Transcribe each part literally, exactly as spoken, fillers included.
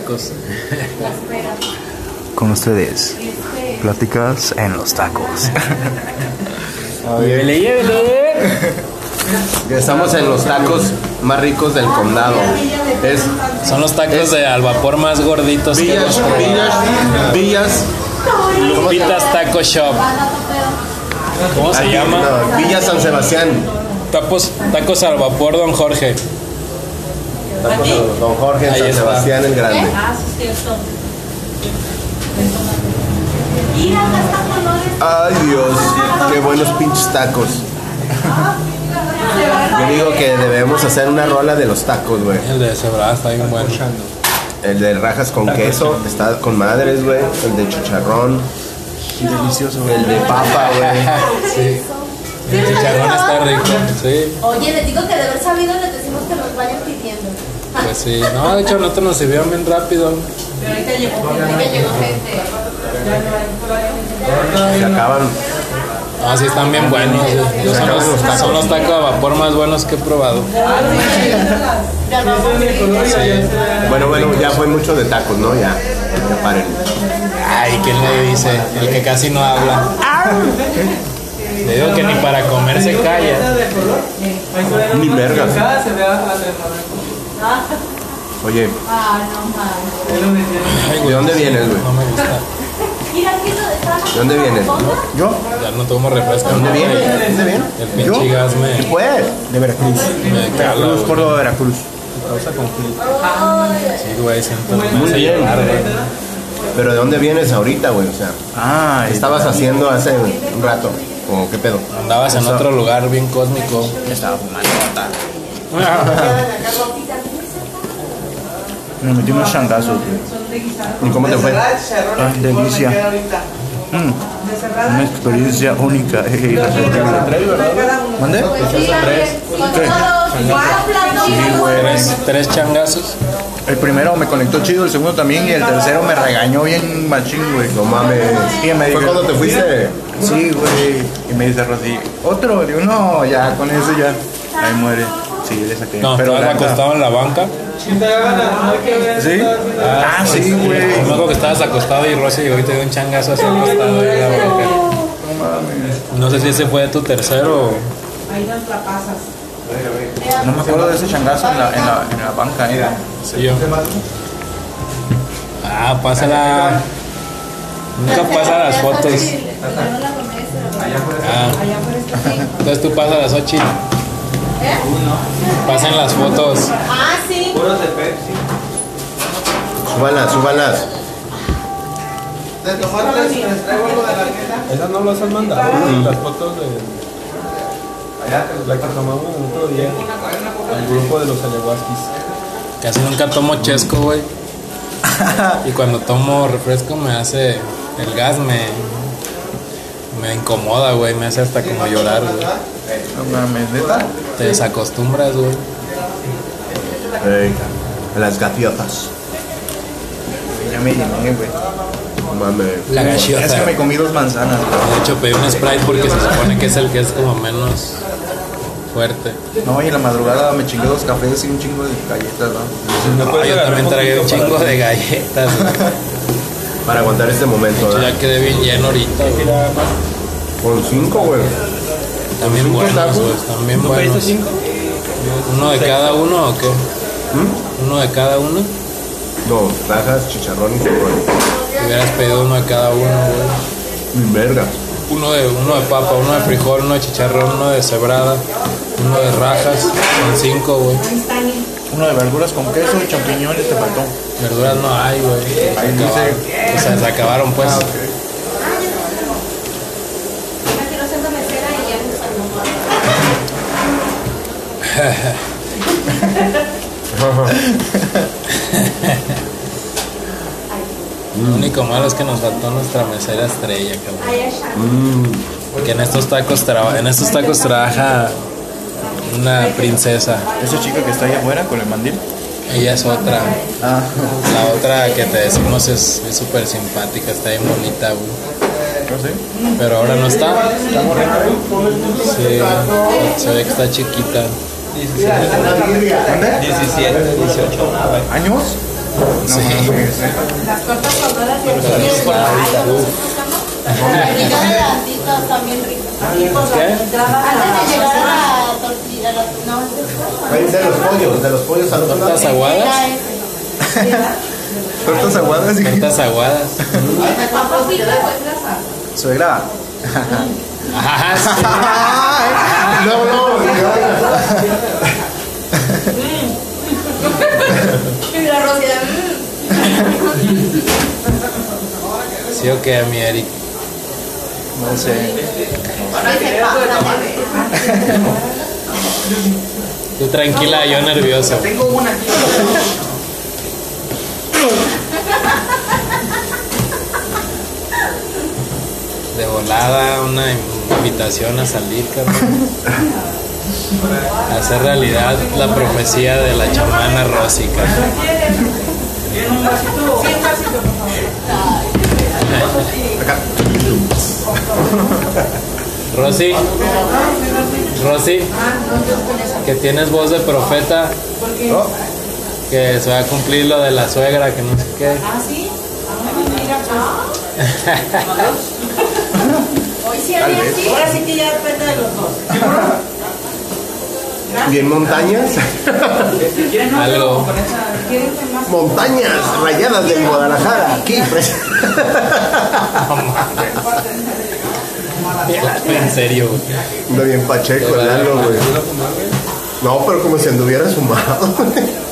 tacos. Con ustedes, pláticas en los tacos. Llévele, llévele. Estamos en los tacos más ricos del condado. Es, Son los tacos es, de al vapor más gorditos que hemos Villas, probado. Villas, Villas. Lupitas Taco Shop. ¿Cómo se Aquí, llama? no, Villa San Sebastián. Tacos, tacos al vapor, Don Jorge. Tacos de Don Jorge en Ahí San está. Sebastián el Grande. Ah, sí, cierto. Mira, hasta colores. Ay Dios, qué buenos pinches tacos. Yo digo que debemos hacer una rola de los tacos, güey. El de cebrada está bien bueno. El de rajas con queso está con madres, güey. El de chicharrón. Delicioso, güey. El de papa, güey. Sí. El chicharrón está rico, sí. Oye, les digo que de haber sabido les decimos que nos vayan pidiendo. Pues sí. No, de hecho nosotros nos sirvieron bien rápido. Pero ahorita llegó gente. Ahorita llegó gente. Se acaban. No, sí están bien buenos. Yo son, los, son los tacos a vapor más buenos que he probado. Ya no vamos. Sí. Bueno, bueno, ya fue mucho de tacos, ¿no? Ya, ya paren. Ay, ¿quién le dice? El que casi no habla. Le digo que ni para comer se calla. Ni verga. Oye, Ah, no mames. Ay, ¿de güey, dónde vienes, güey? no me gusta. Mira, aquí lo de ¿De dónde vienes? ¿Yo? Ya no tomo refresco. ¿Dónde vienes? El ¿Dónde vienes? pinche gas me, Pues. De Veracruz. me cala, Veracruz, güey. Córdoba, Veracruz. Sí, güey, siento que me Muy hace bien. llorar, güey. Pero ¿de dónde vienes ahorita, güey? O sea, Ah, ¿qué estabas haciendo hace un rato? ¿O qué pedo? Andabas en otro lugar bien cósmico. estaba fumando mota. Me metí unos changazos, güey. ¿Y cómo te fue? Ah, delicia. Mm, una experiencia única e irrepetible. ¿Mande? Sí, con ¿Qué? todos. Igual, plato. Sí, güey. Tres, tres changazos. El primero me conectó chido, el segundo también, y el tercero me regañó bien machín, güey. No mames. Y me ¿Fue dijo- cuando te fuiste? Sí, güey. Y me dice Rosy, ¿otro? Digo, no, ya, con eso ya. Ahí muere. Sí, le saqué. No, Pero estabas la neta- acostado en la banca. ¿Sí? Ah, sí, güey. Me acuerdo que estabas acostado y Rosy llegó y te dio un changazo así acostado ahí en la banca. No sé si ese fue tu tercero o... No me acuerdo de ese changazo en la, en la, en la banca, eh. Sí, yo. Ah, pásala. Nunca pasa las fotos. Ah, entonces tú pasas las ocho. Pasen las fotos. Ah, sí. Súbalas, súbalas. Esas no las han mandado, las fotos de la que tomamos el otro día, el grupo de los ayahuasquis. Casi nunca tomo chesco, güey. Y cuando tomo refresco me hace... El gas me... Me incomoda, güey. Me hace hasta como llorar, güey. No mames, ¿neta? Te desacostumbras, güey. Ey, las gaviotas. Ya me llené, güey. No mames. La Es que gachiota. me comí dos manzanas, güey. De hecho, pedí un Sprite porque se supone que es el que es como menos fuerte. No, y en la madrugada me chingué dos cafés y un chingo de galletas, ¿no? No, yo también tragué un chingo de galletas, güey. Para aguantar este momento, ¿verdad? Ya quedé bien lleno ahorita, güey. Con cinco, güey. También ¿Cinco buenos, tacos? güey. También buenos. ¿Uno de cada uno o qué? ¿Mm? ¿Uno de cada uno? No, rajas, chicharrón y cebolla. Hubieras pedido uno de cada uno, güey. Mi verga. Uno de, uno de papa, uno de frijol, uno de chicharrón, uno de cebrada, uno de rajas, son cinco, güey. Uno de verduras con queso y champiñones te faltó. Verduras no hay, güey. Se Ahí dice- acabaron. O sea, se acabaron, pues. Aquí no siendo mesera y ya nos Lo único malo es que nos faltó nuestra mesera estrella, cabrón. Porque en estos tacos traba- en estos tacos trabaja una princesa. Esa chica que está ahí afuera con el mandil. Ella es otra. Ah, La otra que te decimos es es súper simpática, está bien bonita, güey. no sé. Pero ahora no está. Está morrita, ¿eh? Sí, se ve que está chiquita. ¿Dónde? diecisiete, dieciocho. ¿Años? No mames. Las tortas ahogadas y el Pero chile. está Ay, bien, ¿cómo uf. se llama? La vida de Anditas también ricas. ¿Qué? Antes de llegar a la tortilla, la- no, es después. Ahí de los pollos, de los pollos al otro lado. ¿Tortas aguadas? Era ese. Tortas aguadas y Tortas aguadas. Papacito, pues grasa. suegra. Ajá, sí. No, no. Y la rociada. ¿Sí o qué, mi Eric? No sé. Que se pasa. Tú tranquila, yo nervioso. De volada, una invitación a salir, cabrón. A hacer realidad la profecía de la chamana Rosy, cabrón. Acá. Rosy, Rosy, que tienes voz de profeta, Oh, que se va a cumplir lo de la suegra, que no sé qué. ¿Ah, sí? Ah, mira, pues. Hoy sí Tal haría vez. así. Ahora sí que ya depende de los dos. Y en montañas, Algo. montañas rayadas de Guadalajara, aquí pres- En serio, güey. Ando bien pacheco el Lalo, güey. No, pero como si anduviera fumado, güey.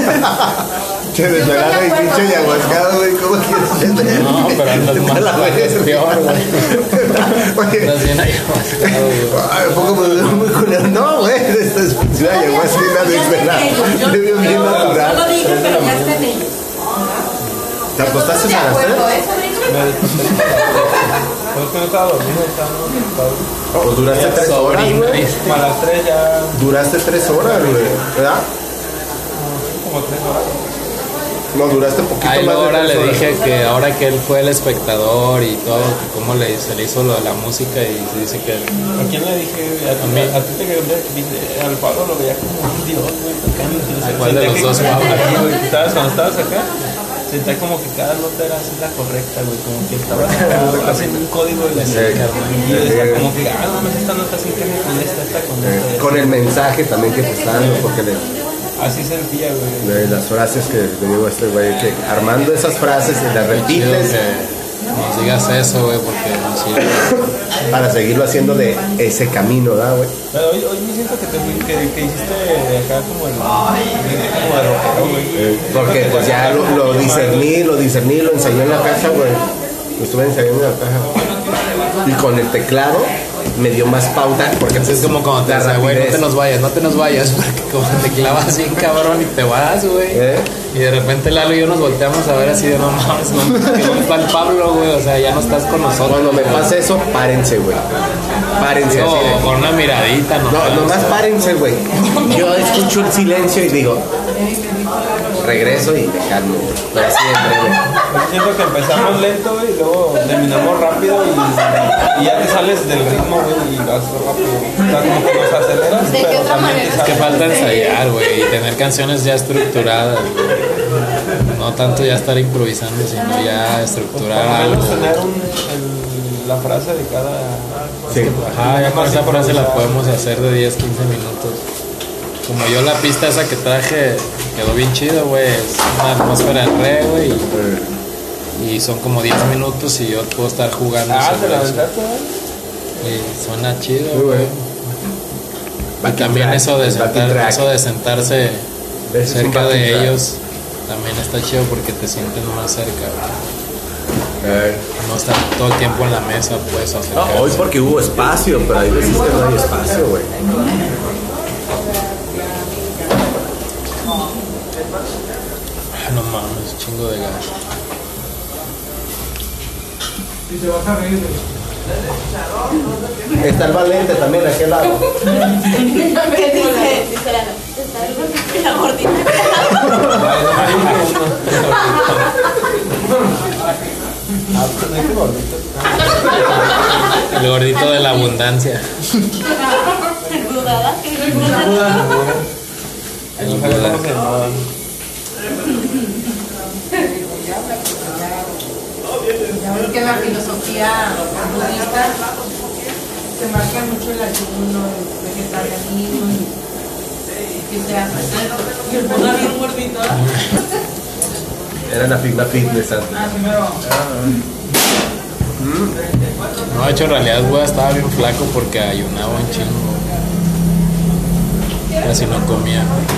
Che, de y pinche ayahuascado, güey, ¿cómo quieres tener? No, pero andas más, La andas verga. peor, güey. Oye, Andas bien ayahuascado, güey. ay, ¿a poco me veo muy culero? No, güey, esto es una ayahuasca desvelada. Me veo bien natural. Solo dije, pero ya está en ellos. ¿Te acostaste De a las acuerdo, tres? ¿eh, sobrino? Me desperté. Pues que no estaba dormido, estaba muy Pues duraste tres horas, Sobrino, güey. dice. A las tres ya. Duraste tres horas, güey. ¿Verdad? Como tres horas. No, duraste poquito Ahí más luego de ahora tres le horas. dije que ahora que él fue el espectador y todo, que cómo le, se le hizo lo de la música y se dice que ¿A quién le dije? A, A mí. a, a ti te quedé, dice, al Pablo lo veía como un dios, güey, tocando. ¿A cuál de Sentía los que- dos, Pablo? Aquí, güey, que estabas, cuando estabas acá, sentía como que cada nota era así la correcta, güey, como que estabas haciendo un código de la Sí. música, güey. Y Sí. decía como que, ah, no, esta nota sí encaja con esta, esta con esta. Eh, Con el mensaje también que te está dando, porque le, Así sentía, güey. de las frases que le digo a este güey, que armando esas frases y las chido repites que nos digas eso, güey, porque nos sirve. para seguirlo haciendo de ese camino, ¿verdad, güey? Pero hoy, hoy me siento que, te, que, que hiciste acá como el. como de rockero, güey. Eh, Porque pues ya lo, lo discerní, lo discerní, lo ensayé en la casa, güey. Lo estuve ensayando en la caja. Y con el teclado me dio más pauta, porque Es como cuando te la dice, güey, no te rapidez. nos vayas, no te nos vayas, porque como te clavas bien cabrón y te vas, güey. ¿Eh? Y de repente Lalo y yo nos volteamos a ver así de no mames, ¿dónde dónde está el Pablo, güey? O sea, ya no estás con nosotros. Cuando me pase eso, párense, güey. Párense Digo, así de- con una miradita, ¿no? No, nomás párense, güey. Yo escucho el silencio y digo, regreso y dejarme, güey. Pero siempre, güey. Yo siento que empezamos lento, güey, y luego terminamos rápido y, y ya te sales del ritmo, güey, y vas rápido. O sea, como que nos aceleras, ¿De qué pero otra también manera? te Es que sales. falta ensayar, güey, y tener canciones ya estructuradas, güey. No tanto ya estar improvisando, sino ya Por estructurar lo algo. menos tener un, el- la frase de cada. Sí. Ajá, ya con Más esa frase la improvisada. podemos hacer de diez, quince minutos. Como yo la pista esa que traje quedó bien chido, güey. Es una atmósfera en re, güey. Y, y son como diez minutos y yo puedo estar jugando Ah, te sobre la eso. aventaste, güey. Y suena chido, Muy güey. bueno. Y Backing también track, eso de, el backing sentar- track. eso de sentarse Ese es un cerca backing de track. ellos también está chido porque te sientes más cerca, güey. Eh, No estar todo el tiempo en la mesa, pues, No, acercarse. hoy porque hubo espacio, pero hay veces que no hay espacio, güey. Ah, no mames, chingo de gas. Está el Valente también, aquí al lado. ¿Qué dice? Dice la está el gordito y la gordita. Ah, pues no hay que gordito. El gordito de la abundancia. Engordada. El No sabía Buda. cómo se llamaban. que en la filosofía budista se marca mucho el ayuno, el vegetarianismo y que se hace y el Buda bien gordito. Era la figura fitness antes. No, de hecho, en realidad, güey, estaba bien flaco porque ayunaba un chingo. Casi no comía.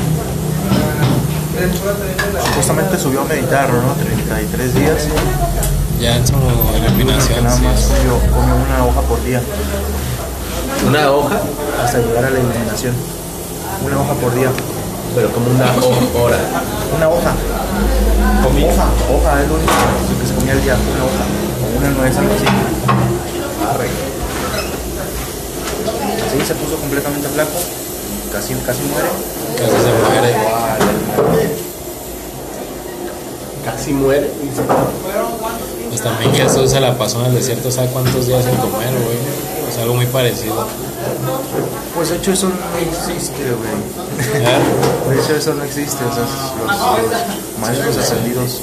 Supuestamente subió a meditar, ¿no? treinta y tres días. Ya en su eliminación, Nada sí. más comió, comió una hoja por día ¿Una hoja? hasta llegar a la eliminación. Una hoja por día. Pero como una ho- hora. Una hoja. Hoja, hoja, es lo único que se comía al día. Una hoja. O una nuez, algo así. Así se puso completamente flaco. Casi, casi muere. Casi se muere. Casi muere. Pues también Jesús se la pasó en el desierto, ¿sabe cuántos días sin comer, güey? Es algo muy parecido. Pues de hecho eso no existe, güey. ¿Eh? De hecho eso no existe. O sea, los, los maestros ascendidos.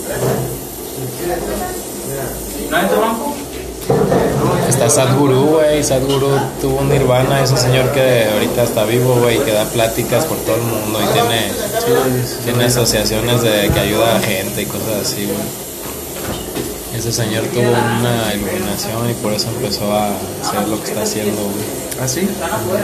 Está Sadhguru, güey. Sadhguru tuvo un nirvana, es un señor que ahorita está vivo, güey, que da pláticas por todo el mundo y tiene, tiene asociaciones de que ayuda a la gente y cosas así, güey. Ese señor tuvo una iluminación y por eso empezó a hacer lo que está haciendo, güey. ¿Ah, sí?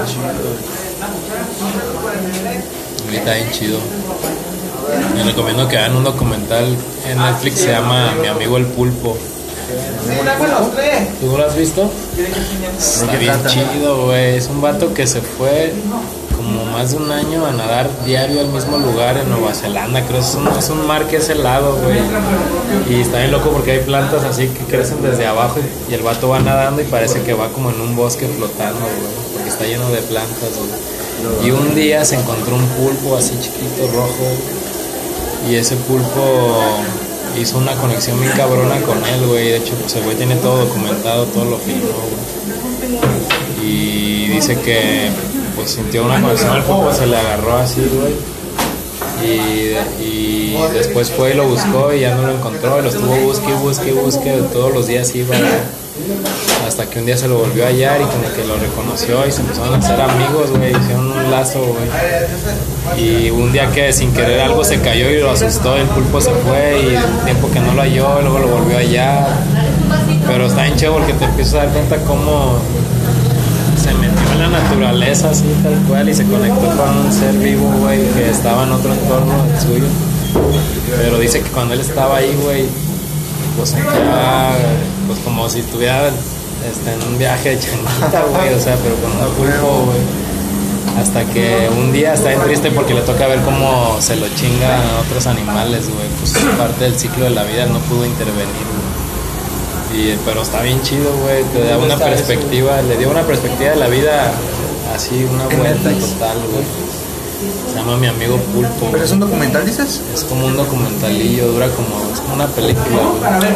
Ahorita bien chido. Les recomiendo que vean un documental en Netflix, se llama Mi amigo el pulpo. ¿Tú no lo has visto? Está bien chido, güey. Es un vato que se fue como más de un año a nadar diario al mismo lugar en Nueva Zelanda. Creo que es un, es un mar que es helado, güey. Y está bien loco porque hay plantas así que crecen desde abajo y el vato va nadando y parece que va como en un bosque flotando, güey, porque está lleno de plantas, güey. Y un día se encontró un pulpo así chiquito, rojo, y ese pulpo hizo una conexión bien cabrona con él, güey. De hecho, pues el güey tiene todo documentado, todo lo filmó, güey. Y dice que pues sintió una conexión al pulpo, se le agarró así, güey. Y, y después fue y lo buscó y ya no lo encontró. Y lo estuvo busque, busque, busque. Todos los días iba, güey. Hasta que un día se lo volvió a hallar y como que lo reconoció y se empezaron a hacer amigos, güey. Hicieron un lazo, güey. Y un día que sin querer algo se cayó y lo asustó, el pulpo se fue y un tiempo que no lo halló, luego lo volvió a hallar. Pero está bien chévere porque te empiezas a dar cuenta cómo se metió en la naturaleza así tal cual y se conectó con un ser vivo, güey, que estaba en otro entorno del suyo. Pero dice que cuando él estaba ahí, güey, pues sentía pues como si estuviera este, en un viaje de changuita, güey, o sea, pero con un pulpo, güey. Hasta que un día está bien triste porque le toca ver cómo se lo chingan a otros animales, güey. Pues es parte del ciclo de la vida, no pudo intervenir, güey. Y, pero está bien chido, güey, te da una perspectiva, le dio una perspectiva de la vida así, una vuelta total, güey. Se llama Mi amigo Pulpo. ¿Pero es un documental, dices? Es como un documentalillo, dura como, es como una película, güey.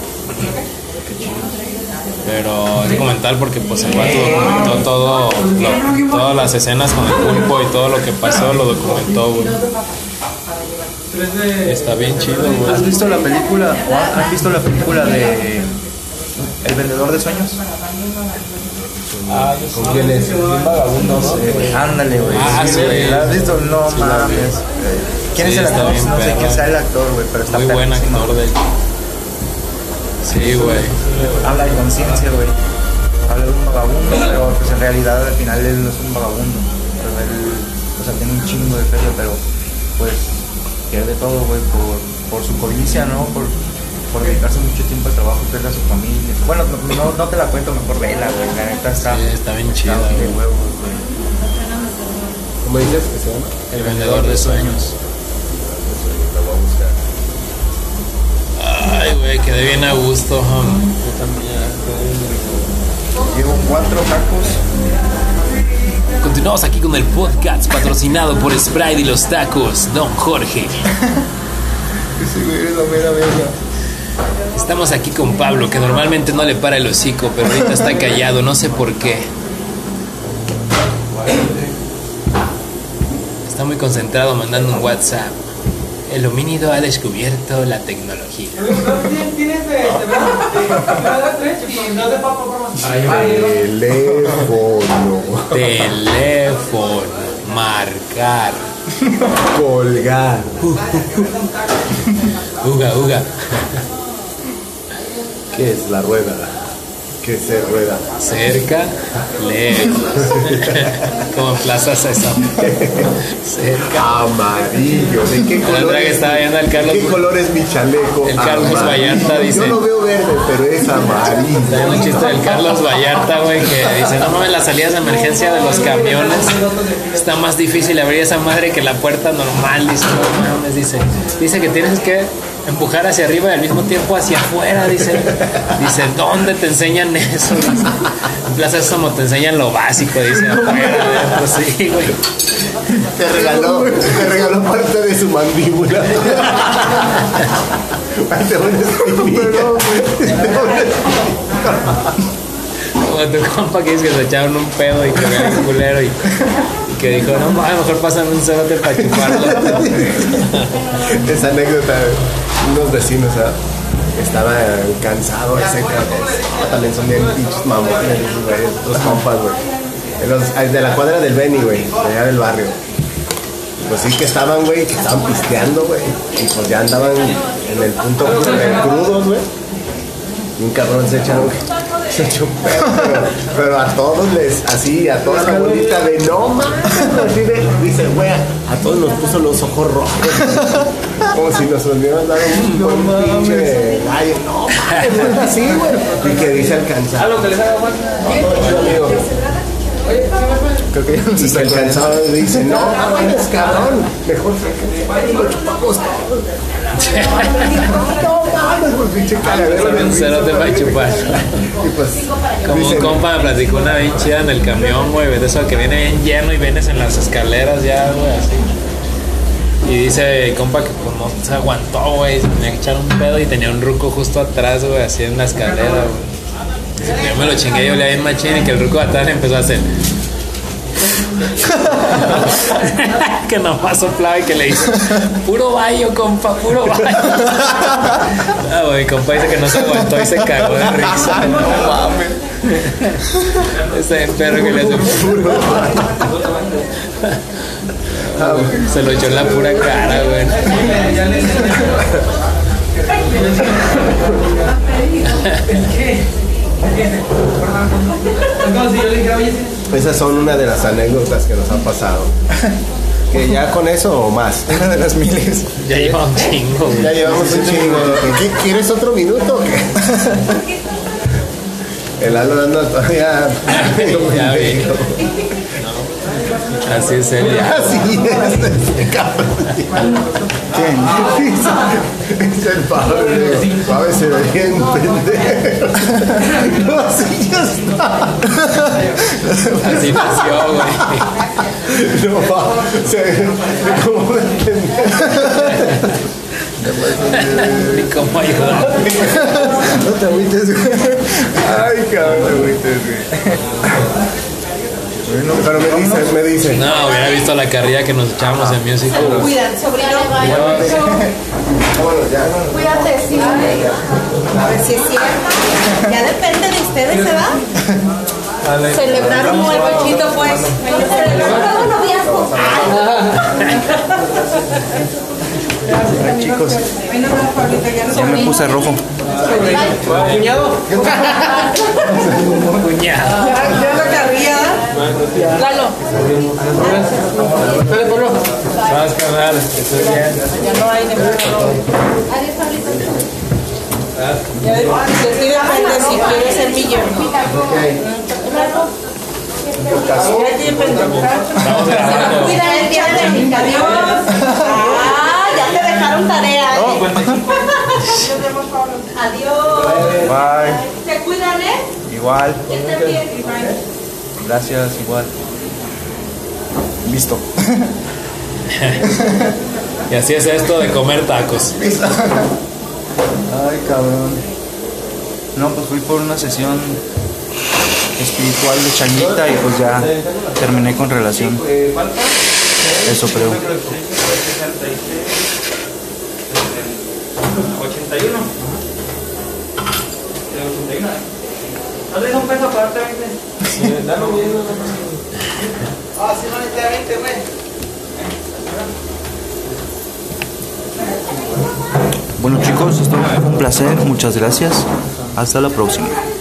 Pero es documental porque pues el vato documentó todo, lo, todas las escenas con el pulpo y todo lo que pasó lo documentó, güey. Está bien chido, güey. ¿Has visto la película, o has visto la película de El vendedor de sueños? Ah, yo ¿con quién es? Un vagabundo, No sé, güey. Ándale, güey. Ah, sí, güey. ¿La has visto? No Sí, la vi. mames. ¿Quién Sí, es el está actor? bien No sé perra. quién sea el actor, güey, pero está Muy buen perrísimo. actor, de hecho. Sí, güey. Habla de conciencia, güey. Habla de un vagabundo, pero pues en realidad al final él no es un vagabundo. Pero él, o sea, tiene un chingo de feria, pero pues pierde todo, güey, por, por su codicia, ¿no? Por, por dedicarse mucho tiempo al trabajo, pierde a su familia. Bueno, no, no, no te la cuento, mejor vela, güey. La neta está, Sí, está bien chida, está de güey. huevos, güey. ¿Cómo dices que se llama? El vendedor de sueños. La voy a buscar. Ay, güey, quedé bien a gusto, hum. Llevo cuatro tacos. Continuamos aquí con el podcast patrocinado por Sprite y los tacos, Don Jorge. Sí, güey, eres la mera verga. Estamos aquí con Pablo, que normalmente no le para el hocico, pero ahorita está callado, no sé por qué. Está muy concentrado mandando un WhatsApp. El homínido ha descubierto la tecnología. Tienes de de papa, Teléfono. Teléfono. Marcar. Colgar. Uga, uga. ¿Qué es la rueda? ¿Qué se rueda? Cerca, lejos. Como en Plaza Sésamo. Cerca. Amarillo. ¿De qué La color otra que es? estaba viendo al Carlos- ¿Qué color es mi chaleco? El Carlos Amarillo. Vallarta dice- Yo lo veo verde, pero es amarillo. Hay un chiste del Carlos Vallarta, güey, que dice, no mames, las salidas de emergencia de los camiones está más difícil abrir esa madre que la puerta normal, dice, no mames, dice, dice que tienes que empujar hacia arriba y al mismo tiempo hacia afuera, dice, dice, ¿dónde te enseñan eso? Dice, en Plaza Sésamo te enseñan lo básico, dice, afuera, pues sí, güey. Te regaló, te regaló parte de su mandíbula. Ay, te pones espinilla. Como tu compa que dice que se echaron un pedo y que era un culero y, y que dijo, no, mames, mejor pásame un cerote para chuparlo. Esa anécdota, unos vecinos, ¿sabes? Estaban cansados, ese cabrón. También son bien pinches mamones, güey, los compas, güey. De los- De la cuadra del Beni, güey, de allá del barrio. Pues sí que estaban, güey, que estaban pisteando, güey. Y pues ya andaban en el punto de crudos, güey. Y un cabrón se echa, güey. Se echó un pedo, pero, pero a todos les, así, a toda la bolita de no mames. Así de, dice, güey, a todos nos puso los ojos rojos. Como si nos hubieran dado un buen pinche gallo. No mames, así, güey. Y que dice alcanzar. Algo que les haga mal. Creo que ya nos está cansado y dice, no mames, cabrón, mejor que lo chupamos todos. No mames, pues pinche calavera. Un cerote para chupar. Y pues, Como un dicen, compa me platicó una bien chida en el camión, güey, de eso que viene bien lleno y vienes en las escaleras ya, güey, así. Y dice compa que pues no se aguantó, güey, se tenía que echar un pedo y tenía un ruco justo atrás, güey, así en la escalera, güey. Dice que yo me lo chingué, yo le di machín y que el ruco de atrás empezó a hacer. Que nomás soplaba y que le hizo puro baño, compa, puro baño. Ah, güey, compa dice que no se aguantó y se cagó de risa. No mames. Ese perro que le hace puro se lo echó en la pura cara, güey. esas son una de las anécdotas que nos han pasado. Que ya con eso o más. Una de las miles. Ya lleva un chingo, güey. Ya llevamos un chingo. ¿Qué- ¿Quieres otro minuto o qué? El Lalo dando todavía. Ya vi. Así es él ya. Así es, este cabrón. ¿Quién? Es el Pablo. Pablo se ve bien pendejo. No, así ya está. Así nació, güey. No, Pablo, se ve como un pendejo. Ni cómo ayudar. No te agüites, güey. Ay, cabrón, te agüites, güey. Pero me dices, me dices. No, hubiera visto la carrilla que nos echábamos en Music. Cuídate, sobrino. Vámonos, ya, vámonos. Cuídate, sí. A ver si es cierto. Ya depende de ustedes, ¿verdad? Celebrar un nuevo hijito, pues. Celebrar un nuevo noviazgo. Ay, chicos. Ya me puse rojo. Cuñado. Cuñado. Ya la carrilla. Lalo. Vas, carnal, que estés bien. Ya no hay ningún error. Adiós, Pablito. Ya de ti depende si quieres ser mi yerno. Ya depende. Estamos grabando. Cuida el día de mi adiós. Ah, ya te dejaron tarea. ¿eh? Adiós. Bye. Se cuidan, ¿eh? Igual. Que estén bien. Gracias, igual. Listo. Y así es esto de comer tacos. Ay, cabrón. No, pues fui por una sesión espiritual de changuita y pues ya terminé con relación. Eso creo. ochenta y uno. De ochenta y uno. ¿No traes un peso para darte veinte? Dame bien, Ah, sí, no necesita veinte, güey. Bueno chicos, esto fue un placer, muchas gracias. Hasta la próxima.